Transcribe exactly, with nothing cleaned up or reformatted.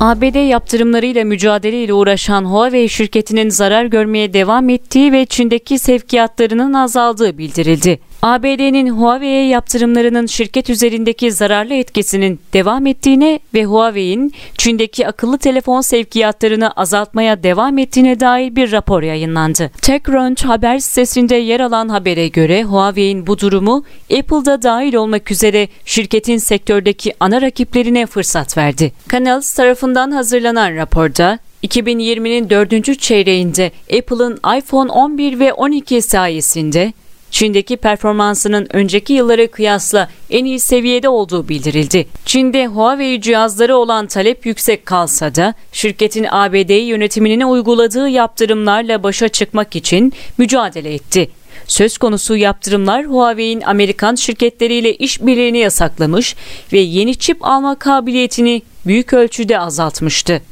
A B D yaptırımlarıyla mücadeleyle uğraşan Huawei şirketinin zarar görmeye devam ettiği ve Çin'deki sevkiyatlarının azaldığı bildirildi. A B D'nin Huawei'ye yaptırımlarının şirket üzerindeki zararlı etkisinin devam ettiğine ve Huawei'in Çin'deki akıllı telefon sevkiyatlarını azaltmaya devam ettiğine dair bir rapor yayınlandı. TechCrunch haber sitesinde yer alan habere göre Huawei'in bu durumu Apple'da dahil olmak üzere şirketin sektördeki ana rakiplerine fırsat verdi. Canalys tarafından hazırlanan raporda iki bin yirminin dördüncü çeyreğinde Apple'ın iPhone on bir ve on iki sayesinde Çin'deki performansının önceki yıllara kıyasla en iyi seviyede olduğu bildirildi. Çin'de Huawei cihazları olan talep yüksek kalsa da şirketin A B D yönetiminin uyguladığı yaptırımlarla başa çıkmak için mücadele etti. Söz konusu yaptırımlar Huawei'in Amerikan şirketleriyle işbirliğini yasaklamış ve yeni çip alma kabiliyetini büyük ölçüde azaltmıştı.